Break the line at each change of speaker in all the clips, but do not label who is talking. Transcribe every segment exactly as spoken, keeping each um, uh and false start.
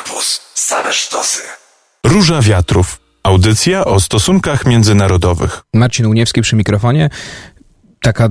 Campus. Same sztosy.
Róża Wiatrów. Audycja o stosunkach międzynarodowych.
Marcin Uniewski przy mikrofonie. Taka,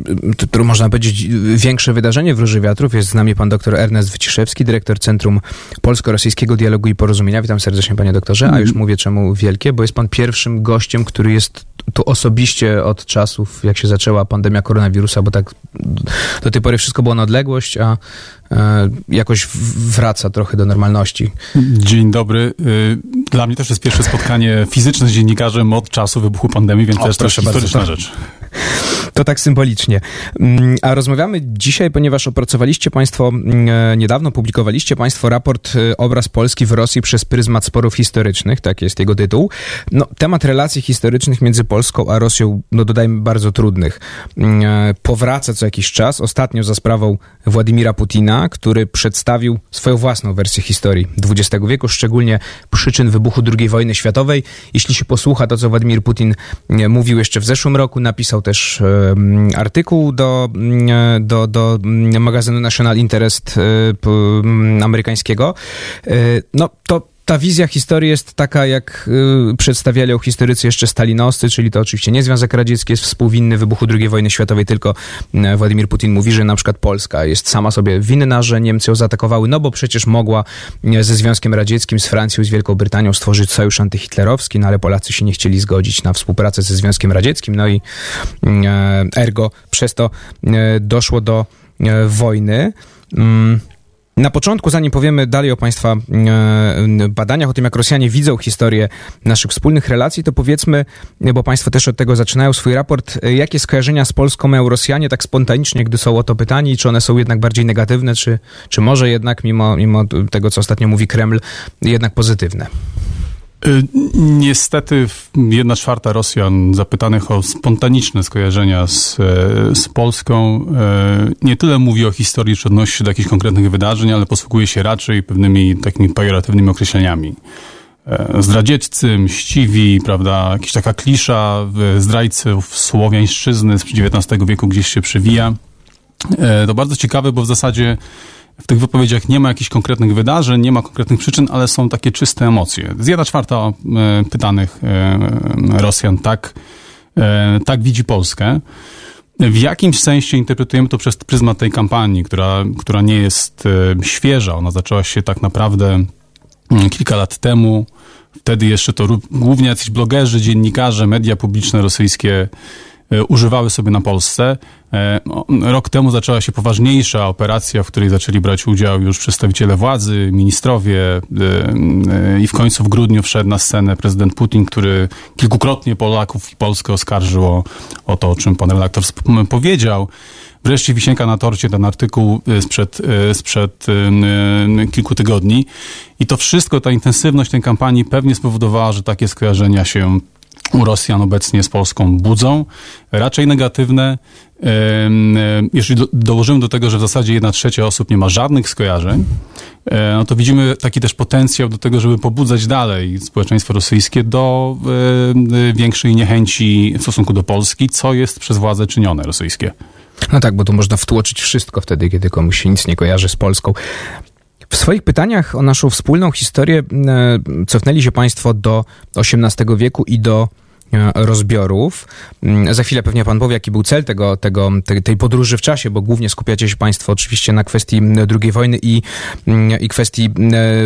to można powiedzieć, większe wydarzenie w Róży Wiatrów. Jest z nami pan doktor Ernest Wyciszewski, dyrektor Centrum Polsko-Rosyjskiego Dialogu i Porozumienia. Witam serdecznie, panie doktorze. A już mówię czemu wielkie, bo jest pan pierwszym gościem, który jest tu osobiście od czasów, jak się zaczęła pandemia koronawirusa, bo tak do tej pory wszystko było na odległość, a e, jakoś wraca trochę do normalności.
Dzień dobry. Dla mnie też jest pierwsze spotkanie fizyczne z dziennikarzem od czasu wybuchu pandemii, więc
o,
to jest też historyczna
bardzo,
rzecz.
To tak symbolicznie. A rozmawiamy dzisiaj, ponieważ opracowaliście państwo, niedawno publikowaliście państwo raport Obraz Polski w Rosji przez pryzmat sporów historycznych, tak jest jego tytuł. No, temat relacji historycznych między Polską a Rosją, no dodajmy, bardzo trudnych, powraca co jakiś czas. Ostatnio za sprawą Władimira Putina, który przedstawił swoją własną wersję historii dwudziestego wieku, szczególnie przyczyn wybuchu drugiej wojny światowej. Jeśli się posłucha to, co Władimir Putin mówił jeszcze w zeszłym roku, napisał też artykuł do, do, do magazynu National Interest amerykańskiego. No to ta wizja historii jest taka, jak y, przedstawiali ją historycy jeszcze stalinowscy, czyli to oczywiście nie Związek Radziecki jest współwinny wybuchu drugiej wojny światowej, tylko y, Władimir Putin mówi, że na przykład Polska jest sama sobie winna, że Niemcy ją zaatakowały, no bo przecież mogła y, ze Związkiem Radzieckim, z Francją, z Wielką Brytanią stworzyć sojusz antyhitlerowski, no ale Polacy się nie chcieli zgodzić na współpracę ze Związkiem Radzieckim, no i y, ergo przez to y, doszło do y, wojny. Y, Na początku, zanim powiemy dalej o państwa e, badaniach, o tym, jak Rosjanie widzą historię naszych wspólnych relacji, to powiedzmy, bo państwo też od tego zaczynają swój raport, jakie skojarzenia z Polską mają Rosjanie tak spontanicznie, gdy są o to pytani, czy one są jednak bardziej negatywne, czy, czy może jednak, mimo, mimo tego, co ostatnio mówi Kreml, jednak pozytywne?
Niestety jedna czwarta Rosjan zapytanych o spontaniczne skojarzenia z, z Polską nie tyle mówi o historii, czy odnosi się do jakichś konkretnych wydarzeń, ale posługuje się raczej pewnymi takimi pejoratywnymi określeniami. Zdradzieccy, mściwi, prawda, jakaś taka klisza zdrajców słowiańszczyzny z dziewiętnastego wieku gdzieś się przewija. To bardzo ciekawe, bo w zasadzie w tych wypowiedziach nie ma jakichś konkretnych wydarzeń, nie ma konkretnych przyczyn, ale są takie czyste emocje. Z jedna czwarta e, pytanych e, Rosjan tak, e, tak widzi Polskę. W jakimś sensie interpretujemy to przez pryzmat tej kampanii, która, która nie jest e, świeża. Ona zaczęła się tak naprawdę e, kilka lat temu. Wtedy jeszcze to głównie jacyś blogerzy, dziennikarze, media publiczne rosyjskie używały sobie na Polsce. Rok temu zaczęła się poważniejsza operacja, w której zaczęli brać udział już przedstawiciele władzy, ministrowie i w końcu w grudniu wszedł na scenę prezydent Putin, który kilkukrotnie Polaków i Polskę oskarżył o, o to, o czym pan redaktor powiedział. Wreszcie wisienka na torcie, ten artykuł sprzed, sprzed kilku tygodni. I to wszystko, ta intensywność tej kampanii pewnie spowodowała, że takie skojarzenia się u Rosjan obecnie z Polską budzą, raczej negatywne. Jeżeli do, dołożymy do tego, że w zasadzie jedna trzecia osób nie ma żadnych skojarzeń, no to widzimy taki też potencjał do tego, żeby pobudzać dalej społeczeństwo rosyjskie do większej niechęci w stosunku do Polski, co jest przez władze czynione rosyjskie.
No tak, bo tu można wtłoczyć wszystko wtedy, kiedy komuś się nic nie kojarzy z Polską. W swoich pytaniach o naszą wspólną historię e, cofnęli się państwo do osiemnastego wieku i do e, rozbiorów. E, za chwilę pewnie pan powie, jaki był cel tego, tego, te, tej podróży w czasie, bo głównie skupiacie się państwo oczywiście na kwestii drugiej wojny i, i kwestii e,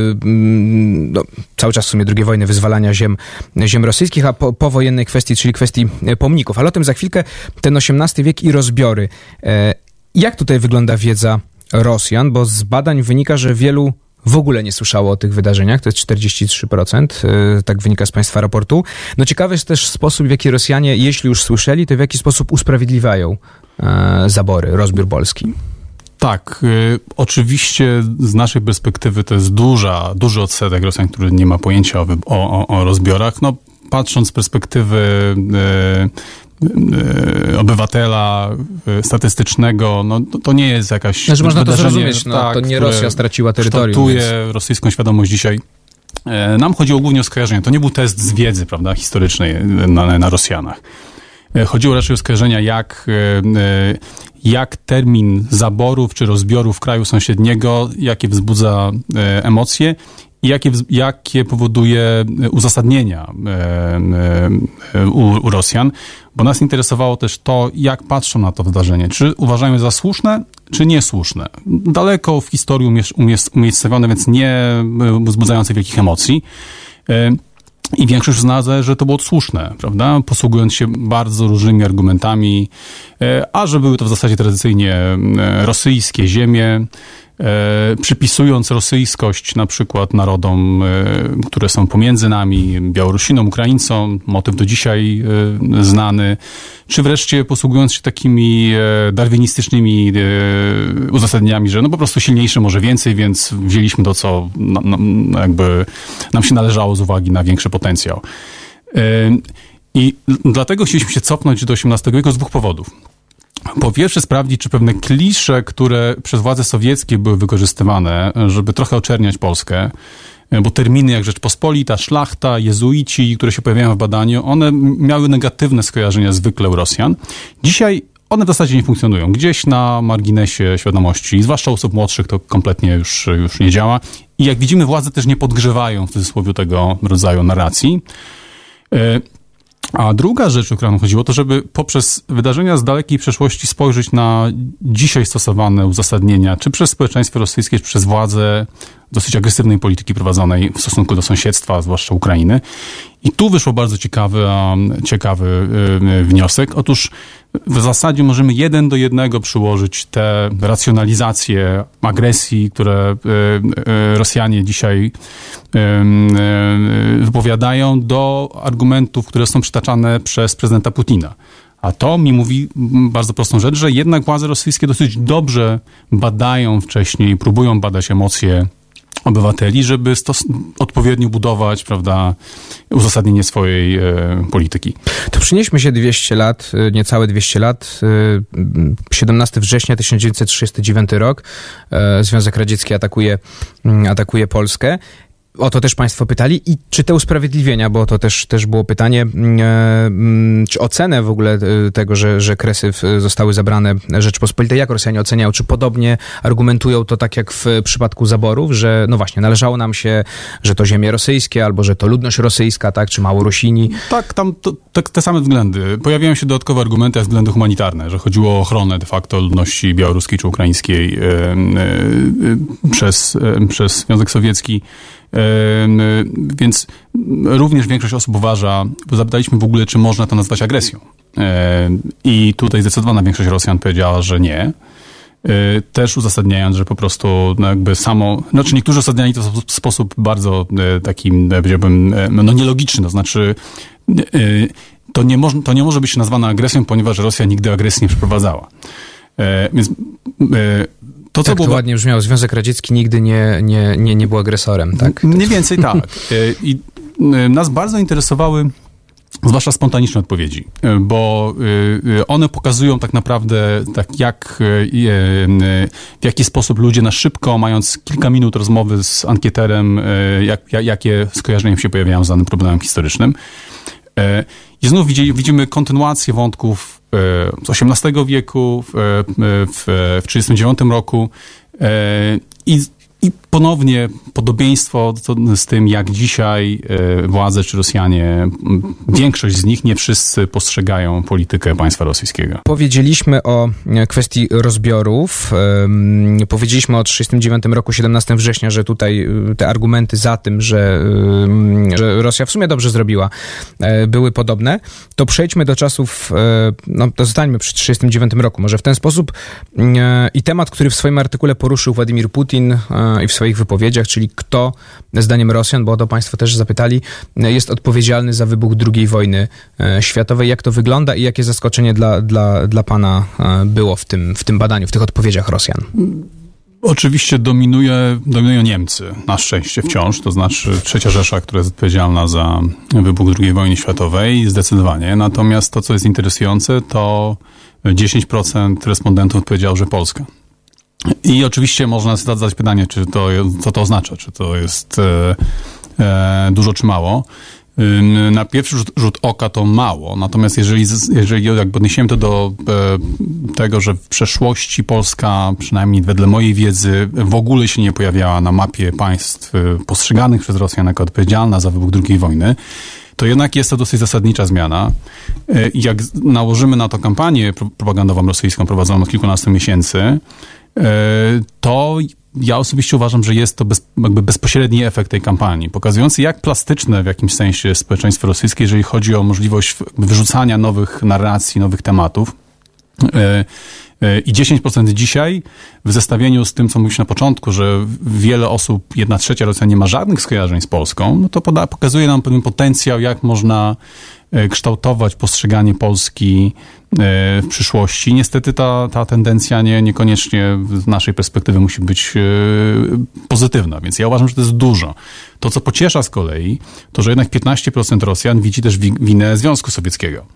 no, cały czas w sumie drugiej wojny, wyzwalania ziem, ziem rosyjskich, a po, powojennej kwestii, czyli kwestii pomników. Ale o tym za chwilkę. Ten osiemnasty wiek i rozbiory. E, jak tutaj wygląda wiedza Rosjan, bo z badań wynika, że wielu w ogóle nie słyszało o tych wydarzeniach, to jest czterdzieści trzy procent, tak wynika z państwa raportu. No ciekawy jest też sposób, w jaki Rosjanie, jeśli już słyszeli, to w jaki sposób usprawiedliwiają e, zabory, rozbiór Polski.
Tak, y, oczywiście z naszej perspektywy to jest duża, duży odsetek Rosjan, który nie ma pojęcia o, o, o rozbiorach. No, patrząc z perspektywy y, obywatela statystycznego, no to nie jest jakaś
znaczy, można to zrozumieć, no, tak, to nie Rosja straciła terytorium.
Kształtuje
więc...
rosyjską świadomość dzisiaj. Nam chodziło głównie o skojarzenia. To nie był test z wiedzy, prawda, historycznej na, na Rosjanach. Chodziło raczej o skojarzenia, jak, jak termin zaborów czy rozbiorów kraju sąsiedniego, jakie wzbudza emocje i jakie, jakie powoduje uzasadnienia u, u Rosjan, bo nas interesowało też to, jak patrzą na to wydarzenie. Czy uważają je za słuszne, czy niesłuszne. Daleko w historii umiejscowione, więc nie wzbudzające wielkich emocji. I większość uznaje, że to było słuszne, prawda? Posługując się bardzo różnymi argumentami, a że były to w zasadzie tradycyjnie rosyjskie ziemie, E, przypisując rosyjskość na przykład narodom, e, które są pomiędzy nami, Białorusinom, Ukraińcom, motyw do dzisiaj e, znany, czy wreszcie posługując się takimi e, darwinistycznymi e, uzasadnieniami, że no po prostu silniejszy może więcej, więc wzięliśmy to, co na, na, jakby nam się należało z uwagi na większy potencjał. E, I dlatego chcieliśmy się cofnąć do osiemnastego wieku z dwóch powodów. Po pierwsze sprawdzić, czy pewne klisze, które przez władze sowieckie były wykorzystywane, żeby trochę oczerniać Polskę, bo terminy jak Rzeczpospolita, szlachta, jezuici, które się pojawiają w badaniu, one miały negatywne skojarzenia zwykle u Rosjan. Dzisiaj one w zasadzie nie funkcjonują. Gdzieś na marginesie świadomości, zwłaszcza osób młodszych, to kompletnie już, już nie działa. I jak widzimy, władze też nie podgrzewają w cudzysłowie tego rodzaju narracji. A druga rzecz, o którą nam chodziło, to żeby poprzez wydarzenia z dalekiej przeszłości spojrzeć na dzisiaj stosowane uzasadnienia, czy przez społeczeństwo rosyjskie, czy przez władze dosyć agresywnej polityki prowadzonej w stosunku do sąsiedztwa, zwłaszcza Ukrainy. I tu wyszło bardzo ciekawy, ciekawy wniosek. Otóż w zasadzie możemy jeden do jednego przyłożyć te racjonalizacje agresji, które Rosjanie dzisiaj wypowiadają, do argumentów, które są przytaczane przez prezydenta Putina. A to mi mówi bardzo prostą rzecz, że jednak władze rosyjskie dosyć dobrze badają wcześniej, próbują badać emocje obywateli, żeby stos- odpowiednio budować, prawda, uzasadnienie swojej e, polityki.
To przenieśmy się dwieście lat, niecałe dwieście lat. siedemnastego września tysiąc dziewięćset trzydziesty dziewiąty rok. E, Związek Radziecki atakuje, atakuje Polskę. O to też państwo pytali. I czy te usprawiedliwienia, bo to też, też było pytanie, e, czy ocenę w ogóle tego, że, że Kresy zostały zabrane Rzeczpospolitej, jak Rosjanie oceniają? Czy podobnie argumentują to tak jak w przypadku zaborów, że no właśnie, należało nam się, że to ziemie rosyjskie, albo że to ludność rosyjska, tak, czy Małorusini?
Tak, tam to, te, te same względy. Pojawiają się dodatkowe argumenty jak względy humanitarne, że chodziło o ochronę de facto ludności białoruskiej czy ukraińskiej e, e, przez, e, przez Związek Sowiecki. Więc również większość osób uważa, bo zapytaliśmy w ogóle, czy można to nazwać agresją. I tutaj zdecydowana większość Rosjan powiedziała, że nie. Też uzasadniając, że po prostu no jakby samo, znaczy niektórzy uzasadniali to w sposób bardzo taki, powiedziałbym, no nielogiczny, to znaczy to nie, moż, to nie może być nazwane agresją, ponieważ Rosja nigdy agresji nie przeprowadzała. Więc to, co
tak,
było...
to ładnie brzmiało. Związek Radziecki nigdy nie, nie, nie, nie był agresorem, tak?
Mniej więcej tak. I nas bardzo interesowały zwłaszcza spontaniczne odpowiedzi, bo one pokazują tak naprawdę, tak jak, w jaki sposób ludzie na szybko, mając kilka minut rozmowy z ankieterem, jak, jak, jakie skojarzenia się pojawiają z danym problemem historycznym. I znów widzimy kontynuację wątków z osiemnastego wieku, w, w, w trzydziestym dziewiątym roku i, i ponownie podobieństwo z tym, jak dzisiaj władze czy Rosjanie, większość z nich, nie wszyscy postrzegają politykę państwa rosyjskiego.
Powiedzieliśmy o kwestii rozbiorów. Powiedzieliśmy o trzydziestym dziewiątym roku, siedemnastego września, że tutaj te argumenty za tym, że, że Rosja w sumie dobrze zrobiła, były podobne. To przejdźmy do czasów, no to zostańmy przy trzydziestym dziewiątym roku. Może w ten sposób i temat, który w swoim artykule poruszył Władimir Putin i w swoich wypowiedziach, czyli kto, zdaniem Rosjan, bo o to państwo też zapytali, jest odpowiedzialny za wybuch drugiej wojny światowej. Jak to wygląda i jakie zaskoczenie dla, dla, dla pana było w tym, w tym badaniu, w tych odpowiedziach Rosjan?
Oczywiście dominuje, dominują Niemcy, na szczęście wciąż, to znaczy Trzecia Rzesza, która jest odpowiedzialna za wybuch drugiej wojny światowej, zdecydowanie. Natomiast to, co jest interesujące, to dziesięć procent respondentów powiedziało, że Polska. I oczywiście można zadać pytanie, czy to, co to oznacza, czy to jest e, e, dużo czy mało. Na pierwszy rzut, rzut oka to mało, natomiast jeżeli, jeżeli jakby odniesiemy to do e, tego, że w przeszłości Polska, przynajmniej wedle mojej wiedzy, w ogóle się nie pojawiała na mapie państw postrzeganych przez Rosjan jako odpowiedzialna za wybuch drugiej wojny, to jednak jest to dosyć zasadnicza zmiana. I jak nałożymy na to kampanię propagandową rosyjską prowadzoną od kilkunastu miesięcy, to ja osobiście uważam, że jest to bez, jakby bezpośredni efekt tej kampanii, pokazujący, jak plastyczne w jakimś sensie jest społeczeństwo rosyjskie, jeżeli chodzi o możliwość wyrzucania nowych narracji, nowych tematów. I dziesięć procent dzisiaj w zestawieniu z tym, co mówiliśmy na początku, że wiele osób, jedna trzecia Rosjan nie ma żadnych skojarzeń z Polską, no to poda, pokazuje nam pewien potencjał, jak można kształtować postrzeganie Polski w przyszłości. Niestety ta, ta tendencja nie, niekoniecznie z naszej perspektywy musi być pozytywna, więc ja uważam, że to jest dużo. To, co pociesza z kolei, to, że jednak piętnaście procent Rosjan widzi też winę Związku Sowieckiego.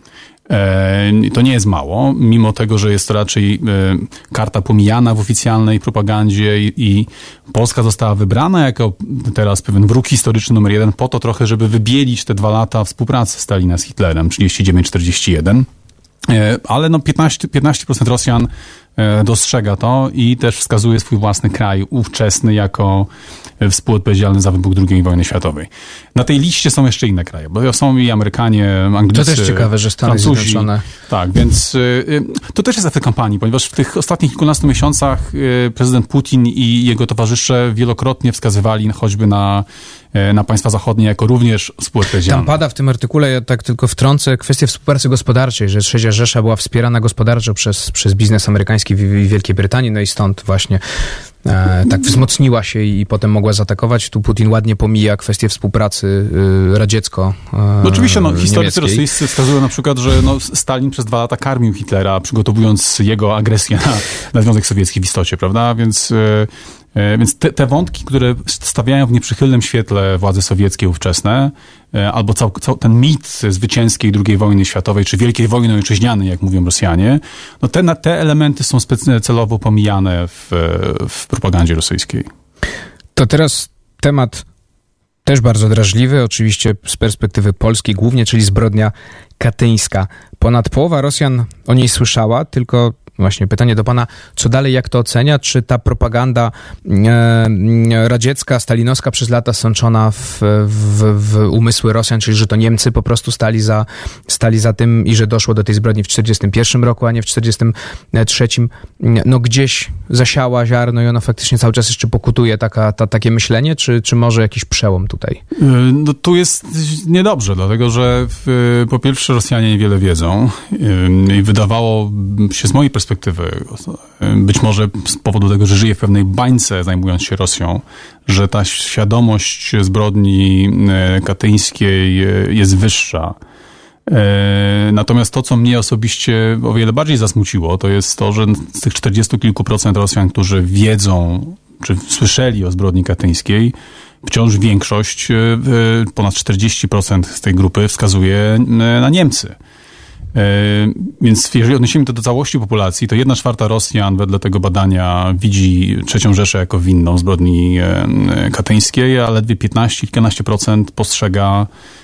To nie jest mało, mimo tego, że jest to raczej karta pomijana w oficjalnej propagandzie i, i Polska została wybrana jako teraz pewien wróg historyczny numer jeden po to trochę, żeby wybielić te dwa lata współpracy Stalina z Hitlerem, trzydzieści dziewięć czterdzieści jeden. Ale no piętnaście, piętnaście procent Rosjan dostrzega to i też wskazuje swój własny kraj ówczesny jako współodpowiedzialny za wybuch drugiej wojny światowej. Na tej liście są jeszcze inne kraje, bo są i Amerykanie, Anglicy,
to też ciekawe, że Stany
Francuzi.
Zjednoczone.
Tak, więc y, to też jest efekt kampanii, ponieważ w tych ostatnich kilkunastu miesiącach y, prezydent Putin i jego towarzysze wielokrotnie wskazywali choćby na, y, na państwa zachodnie jako również współodpowiedzialne.
Tam pada w tym artykule, ja tak tylko wtrącę, kwestię współpracy gospodarczej, że Trzecia Rzesza była wspierana gospodarczo przez, przez biznes amerykański w, w Wielkiej Brytanii, no i stąd właśnie e, tak wzmocniła się i, i potem mogła zaatakować. Tu Putin ładnie pomija kwestię współpracy e, radziecko e,
no oczywiście, no, historycy
niemieckiej.
rosyjscy wskazują na przykład, że no, Stalin przez dwa lata karmił Hitlera, przygotowując jego agresję na, na Związek Sowiecki w istocie, prawda? Więc... E, Więc te, te wątki, które stawiają w nieprzychylnym świetle władze sowieckie ówczesne, albo cał, cał, ten mit zwycięskiej drugiej wojny światowej, czy Wielkiej Wojny Ojczyźnianej, jak mówią Rosjanie, no te, te elementy są specjalnie celowo pomijane w, w propagandzie rosyjskiej.
To teraz temat też bardzo drażliwy, oczywiście z perspektywy polskiej głównie, czyli zbrodnia katyńska. Ponad połowa Rosjan o niej słyszała, tylko właśnie pytanie do pana, co dalej, jak to ocenia? Czy ta propaganda e, radziecka, stalinowska przez lata sączona w, w, w umysły Rosjan, czyli że to Niemcy po prostu stali za, stali za tym i że doszło do tej zbrodni w czterdziestym pierwszym roku, a nie w czterdziestym trzecim, no gdzieś zasiała ziarno i ono faktycznie cały czas jeszcze pokutuje taka, ta, takie myślenie, czy, czy może jakiś przełom tutaj?
No tu jest niedobrze, dlatego że w, po pierwsze Rosjanie niewiele wiedzą i wydawało się z mojej perspektywy, być może z powodu tego, że żyje w pewnej bańce, zajmując się Rosją, że ta świadomość zbrodni katyńskiej jest wyższa. Natomiast to, co mnie osobiście o wiele bardziej zasmuciło, to jest to, że z tych czterdziestu kilku procent Rosjan, którzy wiedzą, czy słyszeli o zbrodni katyńskiej, wciąż większość, ponad czterdzieści procent z tej grupy wskazuje na Niemcy. Więc jeżeli odnosimy to do całości populacji, to jedna czwarta Rosjan wedle tego badania widzi trzecią Rzeszę jako winną zbrodni katyńskiej, a ledwie piętnaście, kilkanaście procent postrzega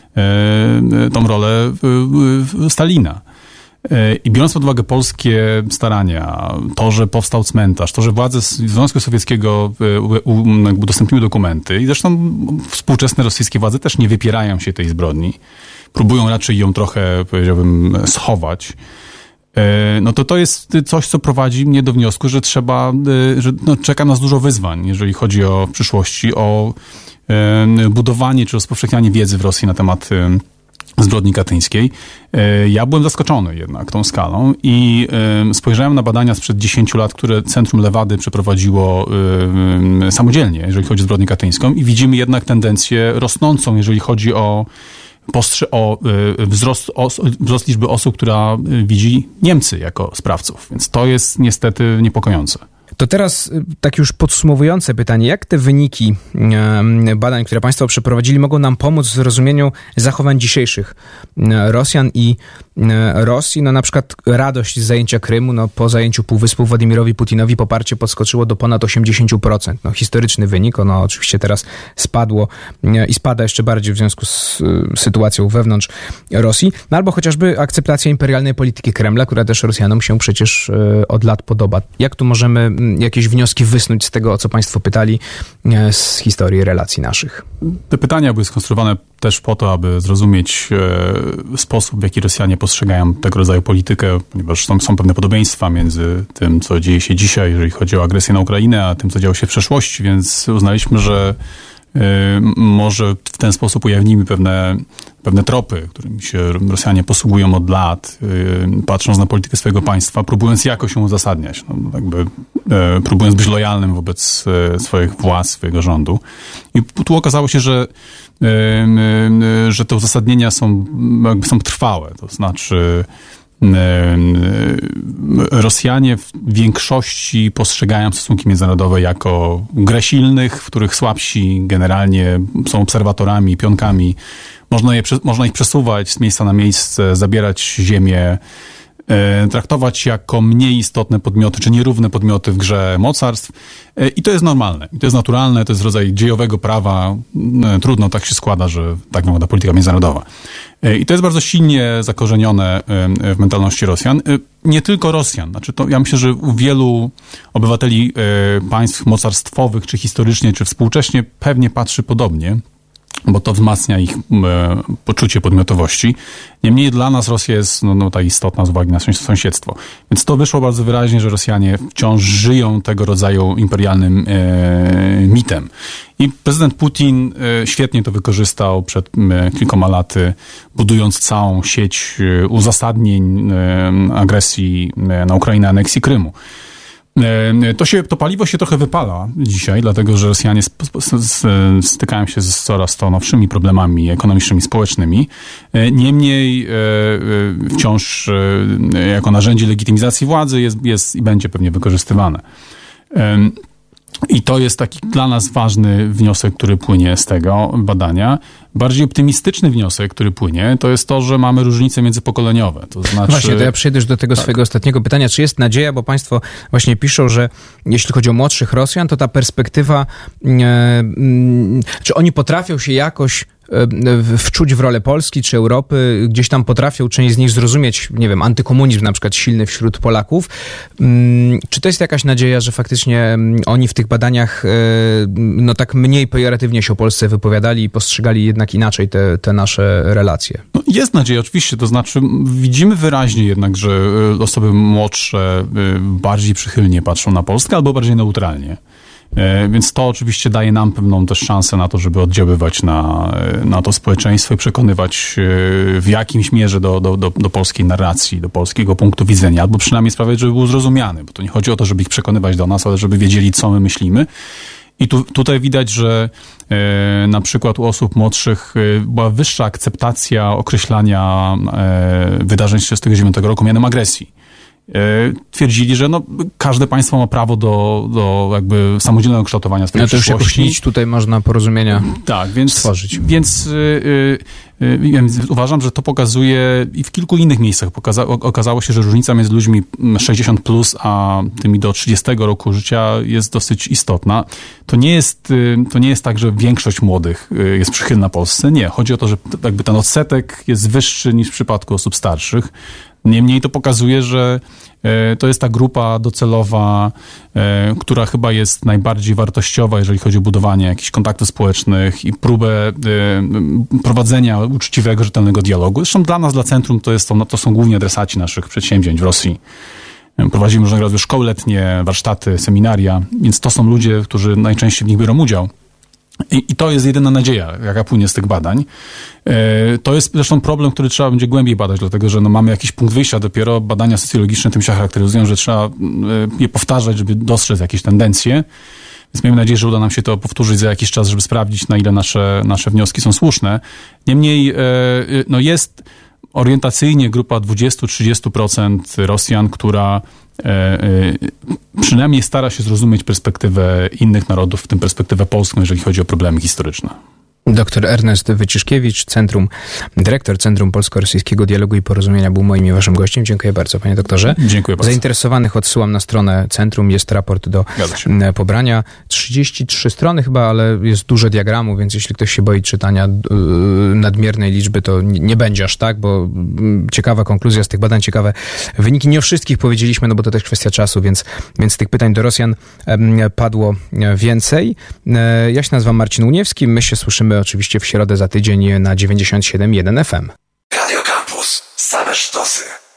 tą rolę Stalina. I biorąc pod uwagę polskie starania, to, że powstał cmentarz, to, że władze Związku Sowieckiego udostępniły dokumenty i zresztą współczesne rosyjskie władze też nie wypierają się tej zbrodni, próbują raczej ją trochę, powiedziałbym, schować, no to to jest coś, co prowadzi mnie do wniosku, że trzeba, że no, czeka nas dużo wyzwań, jeżeli chodzi o w przyszłości, o budowanie czy rozpowszechnianie wiedzy w Rosji na temat zbrodni katyńskiej. Ja byłem zaskoczony jednak tą skalą i spojrzałem na badania sprzed dziesięciu lat, które Centrum Lewady przeprowadziło samodzielnie, jeżeli chodzi o zbrodnię katyńską i widzimy jednak tendencję rosnącą, jeżeli chodzi o Postrze- o y, wzrost, o wzrost liczby osób, która widzi Niemcy jako sprawców. Więc to jest niestety niepokojące.
To teraz tak już podsumowujące pytanie. Jak te wyniki badań, które państwo przeprowadzili, mogą nam pomóc w zrozumieniu zachowań dzisiejszych Rosjan i Rosji? No na przykład radość z zajęcia Krymu, no po zajęciu Półwyspu Władimirowi Putinowi poparcie podskoczyło do ponad osiemdziesiąt procent. No historyczny wynik, ono oczywiście teraz spadło i spada jeszcze bardziej w związku z sytuacją wewnątrz Rosji. No albo chociażby akceptacja imperialnej polityki Kremla, która też Rosjanom się przecież od lat podoba. Jak tu możemy jakieś wnioski wysnuć z tego, o co państwo pytali, z historii relacji naszych?
Te pytania były skonstruowane też po to, aby zrozumieć e, sposób, w jaki Rosjanie postrzegają tego rodzaju politykę, ponieważ są, są pewne podobieństwa między tym, co dzieje się dzisiaj, jeżeli chodzi o agresję na Ukrainę, a tym, co działo się w przeszłości, więc uznaliśmy, że e, może w ten sposób ujawnimy pewne, pewne tropy, którymi się Rosjanie posługują od lat, e, patrząc na politykę swojego państwa, próbując jakoś ją uzasadniać, no, jakby e, próbując być lojalnym wobec e, swoich władz, swojego rządu. I tu okazało się, że że te uzasadnienia są, jakby są trwałe. To znaczy Rosjanie w większości postrzegają stosunki międzynarodowe jako grę silnych, w których słabsi generalnie są obserwatorami, pionkami. Można, je, można ich przesuwać z miejsca na miejsce, zabierać ziemię, traktować jako mniej istotne podmioty, czy nierówne podmioty w grze mocarstw. I to jest normalne. I to jest naturalne, to jest rodzaj dziejowego prawa. Trudno, tak się składa, że tak wygląda polityka międzynarodowa. I to jest bardzo silnie zakorzenione w mentalności Rosjan. Nie tylko Rosjan. Znaczy to, ja myślę, że u wielu obywateli państw mocarstwowych, czy historycznie, czy współcześnie pewnie patrzy podobnie, bo to wzmacnia ich e, poczucie podmiotowości. Niemniej dla nas Rosja jest no, no, ta istotna z uwagi na sąsiedztwo. Więc to wyszło bardzo wyraźnie, że Rosjanie wciąż żyją tego rodzaju imperialnym e, mitem. I prezydent Putin e, świetnie to wykorzystał przed e, kilkoma laty, budując całą sieć e, uzasadnień e, agresji e, na Ukrainę, aneksji Krymu. To, się, to paliwo się trochę wypala dzisiaj, dlatego że Rosjanie stykają się z coraz to nowszymi problemami ekonomicznymi, społecznymi. Niemniej wciąż jako narzędzie legitymizacji władzy jest, jest i będzie pewnie wykorzystywane. I to jest taki dla nas ważny wniosek, który płynie z tego badania. Bardziej optymistyczny wniosek, który płynie, to jest to, że mamy różnice międzypokoleniowe. To znaczy...
Właśnie, to ja przejdę już do tego tak. swojego ostatniego pytania. Czy jest nadzieja, bo państwo właśnie piszą, że jeśli chodzi o młodszych Rosjan, to ta perspektywa, e, m, czy oni potrafią się jakoś wczuć w rolę Polski czy Europy, gdzieś tam potrafią część z nich zrozumieć, nie wiem, antykomunizm na przykład silny wśród Polaków. Czy to jest jakaś nadzieja, że faktycznie oni w tych badaniach no tak mniej pejoratywnie się o Polsce wypowiadali i postrzegali jednak inaczej te, te nasze relacje?
No jest nadzieja oczywiście, to znaczy widzimy wyraźnie jednak, że osoby młodsze bardziej przychylnie patrzą na Polskę albo bardziej neutralnie. Więc to oczywiście daje nam pewną też szansę na to, żeby oddziaływać na, na to społeczeństwo i przekonywać w jakimś mierze do, do, do, do polskiej narracji, do polskiego punktu widzenia, albo przynajmniej sprawiać, żeby był zrozumiany, bo to nie chodzi o to, żeby ich przekonywać do nas, ale żeby wiedzieli, co my myślimy. I tu, tutaj widać, że e, na przykład u osób młodszych e, była wyższa akceptacja określania e, wydarzeń z tysiąc dziewięćset trzydziestego dziewiątego roku mianem agresji. Twierdzili, że no, każde państwo ma prawo do, do jakby samodzielnego kształtowania swojej
no to
przyszłości.
Już jakoś nic tutaj można porozumienia
tak, więc,
stworzyć.
Więc yy, yy, yy, uważam, że to pokazuje i w kilku innych miejscach pokaza- okazało się, że różnica między ludźmi sześćdziesiąt plus a tymi do trzydziestego roku życia jest dosyć istotna. To nie jest, yy, to nie jest tak, że większość młodych yy, jest przychylna Polsce. Nie. Chodzi o to, że jakby ten odsetek jest wyższy niż w przypadku osób starszych. Niemniej to pokazuje, że e, to jest ta grupa docelowa, e, która chyba jest najbardziej wartościowa, jeżeli chodzi o budowanie jakichś kontaktów społecznych i próbę e, prowadzenia uczciwego, rzetelnego dialogu. Zresztą dla nas, dla Centrum, to, jest to, to są głównie adresaci naszych przedsięwzięć w Rosji. Prowadzimy różnego rodzaju szkoły letnie, warsztaty, seminaria, więc to są ludzie, którzy najczęściej w nich biorą udział. I, I to jest jedyna nadzieja, jaka płynie z tych badań. E, to jest zresztą problem, który trzeba będzie głębiej badać, dlatego że no, mamy jakiś punkt wyjścia, dopiero badania socjologiczne tym się charakteryzują, że trzeba e, je powtarzać, żeby dostrzec jakieś tendencje. Więc miejmy nadzieję, że uda nam się to powtórzyć za jakiś czas, żeby sprawdzić, na ile nasze, nasze wnioski są słuszne. Niemniej e, no jest... orientacyjnie grupa dwadzieścia do trzydziestu procent Rosjan, która e, e, przynajmniej stara się zrozumieć perspektywę innych narodów, w tym perspektywę polską, jeżeli chodzi o problemy historyczne.
Doktor Ernest Wyciszkiewicz, Centrum, dyrektor Centrum Polsko-Rosyjskiego Dialogu i Porozumienia, był moim i waszym gościem. Dziękuję bardzo, panie doktorze.
Dziękuję bardzo.
Zainteresowanych odsyłam na stronę Centrum, jest raport do pobrania. trzydzieści trzy strony chyba, ale jest dużo diagramów, więc jeśli ktoś się boi czytania yy, nadmiernej liczby, to nie, nie będzie aż tak, bo yy, ciekawa konkluzja z tych badań, ciekawe wyniki. Nie o wszystkich powiedzieliśmy, no bo to też kwestia czasu, więc, więc tych pytań do Rosjan yy, padło więcej. Yy, ja się nazywam Marcin Uniewski, my się słyszymy oczywiście w środę za tydzień na dziewięćdziesiąt siedem jeden F M.
Radio Campus. Same sztosy.